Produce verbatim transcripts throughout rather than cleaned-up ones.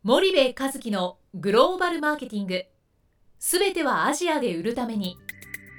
森部一樹のグローバルマーケティング、すべてはアジアで売るために。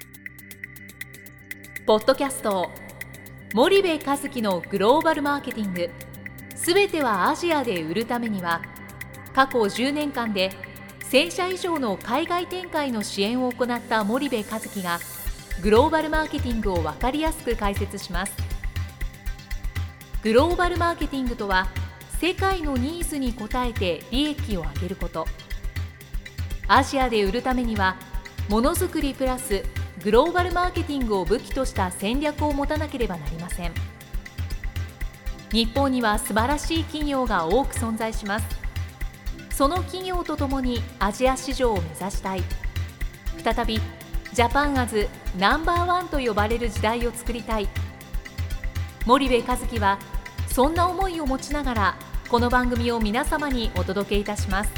ポッドキャスト森部一樹のグローバルマーケティング、すべてはアジアで売るためには、過去じゅうねんかんでせんしゃ以上の海外展開の支援を行った森部一樹がグローバルマーケティングを分かりやすく解説します。グローバルマーケティングとは、世界のニーズに応えて利益を上げること。アジアで売るためには、ものづくりプラスグローバルマーケティングを武器とした戦略を持たなければなりません。日本には素晴らしい企業が多く存在します。その企業とともにアジア市場を目指したい。再びジャパンアズナンバーワンと呼ばれる時代を作りたい。森部一樹はそんな思いを持ちながら、この番組を皆様にお届けいたします。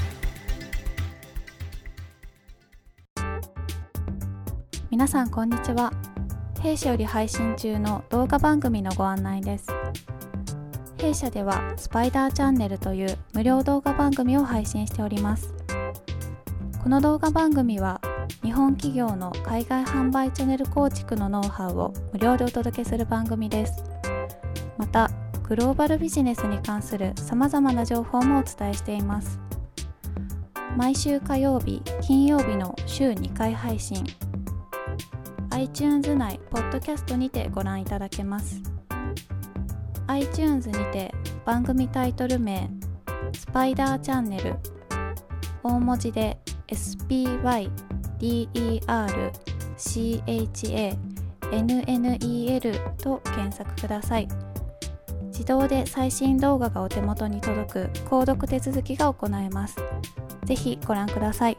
皆さんこんにちは。弊社より配信中の動画番組のご案内です。弊社ではスパイダーチャンネルという無料動画番組を配信しております。この動画番組は日本企業の海外販売チャンネル構築のノウハウを無料でお届けする番組です。またグローバルビジネスに関するさまざまな情報もお伝えしています。毎週火曜日、金曜日の週にかい配信、iTunes 内ポッドキャストにてご覧いただけます。 iTunes にて番組タイトル名スパイダーチャンネル、大文字で エスピーワイディーイーアールシーエイチエーエヌエヌイーエル と検索ください。自動で最新動画がお手元に届く購読手続きが行えます。ぜひご覧ください。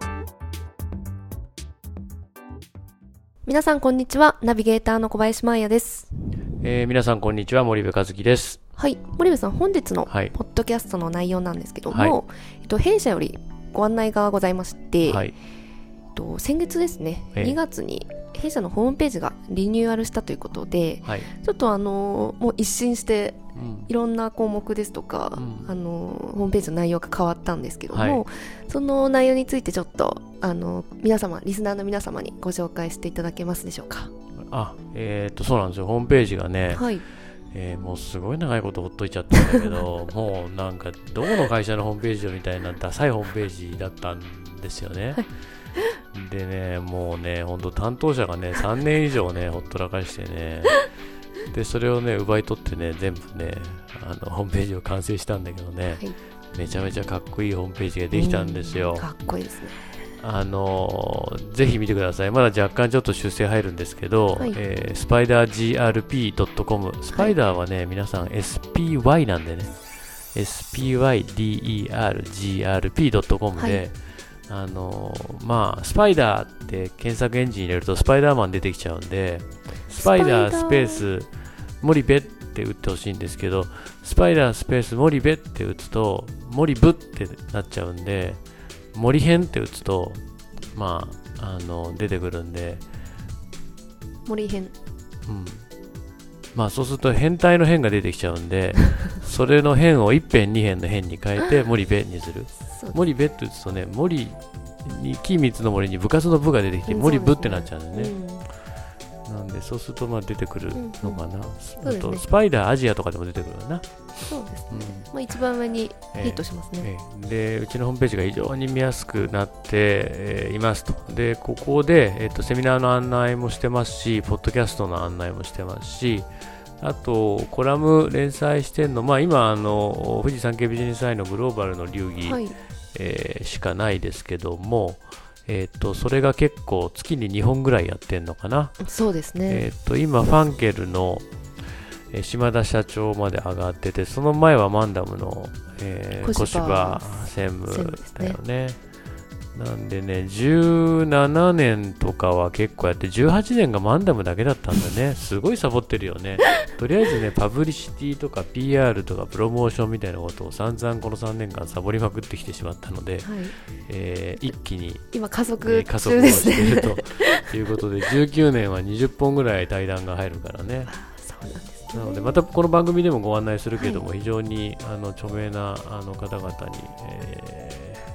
皆さんこんにちは。ナビゲーターの小林真彩です。 えー、皆さんこんにちは。森部一樹です。 はい、森部さん、本日のポはいッドキャストの内容なんですけども、 はいえっと、弊社よりご案内がございまして、 はい、 えっと、先月ですね、 ええにがつに弊社のホームページがリニューアルしたということで、 はい、 ちょっとあのもう一新してうん、 いろんな項目ですとか、 うんあのホームページの内容が変わったんですけども、 はいその内容についてちょっとあの皆様リスナーの皆様にご紹介していただけますでしょうか。 あ、えー、っとそうなんですよ。ホームページがね、 はいえーもうすごい長いことほっといちゃったんだけどもうなんかどこの会社のホームページみたいなダサいホームページだったんですよね、はい、でね、もうね、本当担当者がねさんねん以上ねほっとらかしてねでそれをね奪い取ってね全部ねあのホームページを完成したんだけどね、はい、めちゃめちゃかっこいいホームページができたんですよ。 かっこいいですね。 あのー、ぜひ見てください。まだ若干ちょっと修正入るんですけど、はい、えー、スパイダージーアールピードットコム、 スパイダーはね、はい、皆さん エスピーワイ なんでね エスピーワイディーイーアールジーアールピードットコム で、はい、あのー、まあスパイダーって検索エンジン入れるとスパイダーマン出てきちゃうんで、スパイダースペース森部って打ってほしいんですけど、スパイダースペース森部って打つと森部ってなっちゃうんで、森編って打つとまああの出てくるんで、 森編、 うん、まあそうすると変態の変が出てきちゃうんでそれの変を一辺二辺の変に変えて森部にする。森部って打つとね、森に金密の森に部活の部が出てきて、うん、森部ってなっちゃうんだよね、うん、なんでそうするとまあ出てくるのかな、うんうん、あと、ね、スパイダーアジアとかでも出てくるな。 そうですね、うん、まあ、一番上にヒットしますね、 えーえー、でうちのホームページが非常に見やすくなって、えー、いますと。でここで、えー、とセミナーの案内もしてますし、ポッドキャストの案内もしてますし、あとコラム連載してるの、まあ、今あの富士山系ビジネスアイのグローバルの流儀、はい、えー、しかないですけども、えー、とそれが結構月ににほんぐらいやってるのかな。 そうですね、 えー、と今ファンケルの島田社長まで上がってて、その前はマンダムの、えー、小柴専務だよね。なんでね、じゅうななねんとかは結構やって、じゅうはちねんがマンダムだけだったんだね。すごいサボってるよね。とりあえずね、パブリシティとか ピーアール とかプロモーションみたいなことを散々このさんねんかんサボりまくってきてしまったので、はい、えー、一気に今加速中ですね、 えー、加速をしているということでじゅうきゅうねんはにじゅっぽんぐらい対談が入るからね。 そうなんですなのでまたこの番組でもご案内するけども、はい、非常にあの著名なあの方々に、えー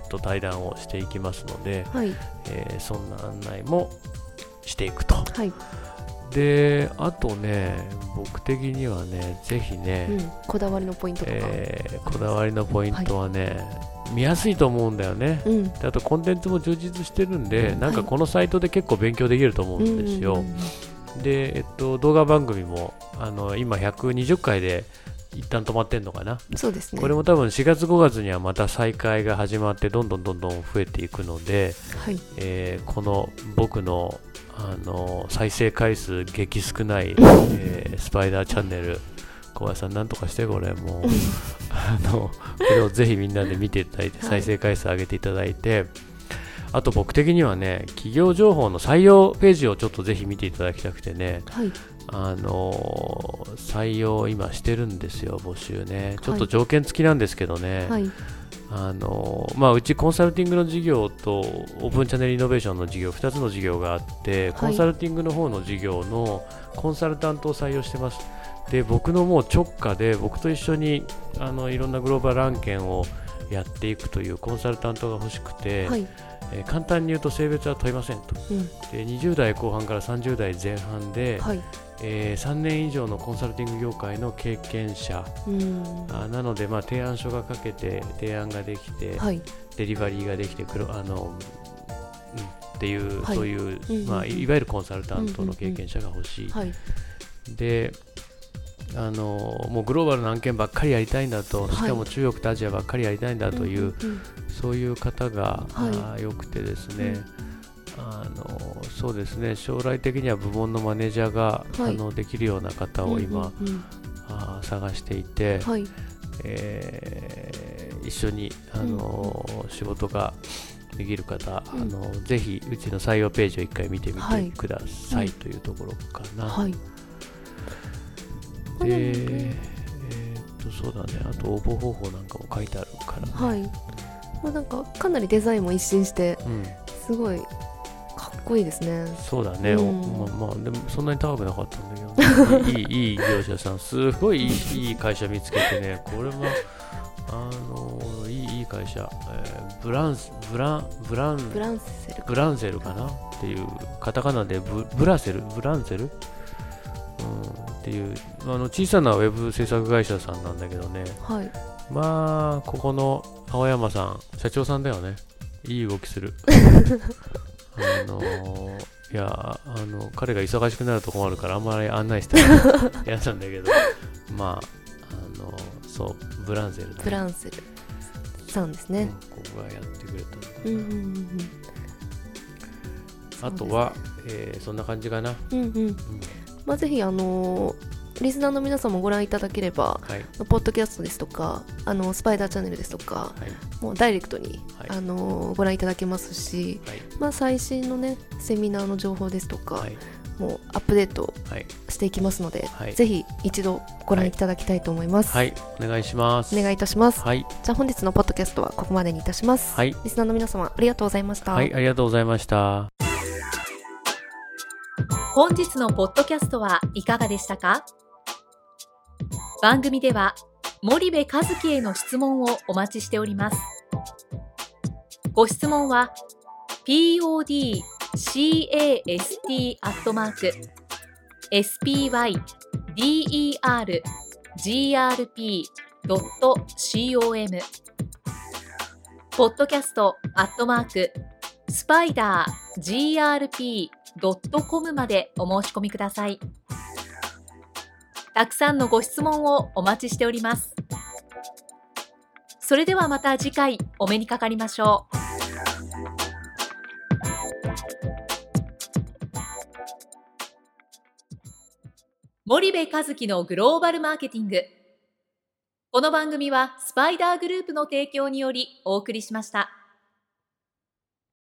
と対談をしていきますので、 はい、 えー、そんな案内もしていくと、 はい、 であとね僕的にはねぜひね、 うん、こだわりのポイントとか、 えー、こだわりのポイントはね、はい、見やすいと思うんだよね、うん、であとコンテンツも充実してるんで、なんかこのサイトで結構勉強できると思うんですよ、はい、で、えっと、動画番組もあの今ひゃくにじゅっかいで一旦止まってんのかな。 そうですね。 これも多分しがつごがつにはまた再開が始まってどんどんどんどん増えていくので、はい、えー、この僕の、あの再生回数激少ない、えー、スパイダーチャンネル小林さんなんとかしてこれもうあのこれをぜひみんなで見ていただいて再生回数上げていただいて、はい、あと僕的にはね企業情報の採用ページをちょっとぜひ見ていただきたくてね、はい、あのー、採用今してるんですよ募集ね。ちょっと条件付きなんですけどね、はい、あのーまあ、うちコンサルティングの事業とオープンチャンネルイノベーションの事業ふたつの事業があって、はい、コンサルティングの方の事業のコンサルタントを採用してます。で僕のもう直下で僕と一緒にあのいろんなグローバル案件をやっていくというコンサルタントが欲しくて、はい、えー、簡単に言うと性別は問いませんと、うん、でにじゅうだいこう半からさんじゅうだいぜん半で、はい、えー、さんねん以上のコンサルティング業界の経験者、うん、あなので、まあ、提案書が書けて提案ができて、はい、デリバリーができてくるあの、うん、っていう、はい、そういう、うんうん、まあ、いわゆるコンサルタントの経験者が欲しい、うんうんうん、はい、であのもうグローバルな案件ばっかりやりたいんだと、しかも中国とアジアばっかりやりたいんだという、はい、そういう方が、はい、よくてですね、うん、あのそうですね、将来的には部門のマネージャーが、はい、あのできるような方を今、うんうんうん、あ探していて、はい、えー、一緒にあの、うん、仕事ができる方、うん、あのぜひうちの採用ページを一回見てみてください、はい、というところかな。はい、で、えー、っとそうだね、あと応募方法なんかも書いてあるからね、はい、 まあ、なんかかなりデザインも一新して、うん、すごいかっこいいですね。 そうだね、うん、まあまあでもそんなに高くなかったんだけど、ね、いいいい業者さんすごいいいいい会社見つけてね、これもあのいいいい会社、えー、ブランスブランブランブランセルブランセルかなっていうカタカナで ブ, ブラセルブランセル、うん、っていうあの小さなウェブ制作会社さんなんだけどね、はい、まあここの青山さん社長さんだよね、いい動きするあのー、いやあの彼が忙しくなると困るからあんまり案内してないやつなんだけどまああのそうブランセル、ね、 ブランセルさんですね、うん、 ここがやってくれたんだ、 うんうんうん、 あとは、えー、そんな感じかな、 うんうんうん、まあ、ぜひあのーリスナーの皆さんもご覧いただければ、はい、ポッドキャストですとかあのスパイダーチャンネルですとか、はい、もうダイレクトに、はい、あのご覧いただけますし、はい、まあ、最新のねセミナーの情報ですとか、はい、もうアップデートしていきますので、はい、ぜひ一度ご覧いただきたいと思います。 はい、はい、お願いします。 お願いいたします、はい、じゃあ本日のポッドキャストはここまでにいたします、はい、リスナーの皆様ありがとうございました。 はい、ありがとうございました。 本日のポッドキャストはいかがでしたか？番組では森部一樹への質問をお待ちしております。ご質問は ピーオーディーキャスト アットマーク エスピーワイディーイーアールジーアールピードットコム ポッドキャストアットマークスパイダー ジーアールピードットコム までお申し込みください。たくさんのご質問をお待ちしております。それではまた次回お目にかかりましょう。森部一樹のグローバルマーケティング。この番組はスパイダーグループの提供によりお送りしました。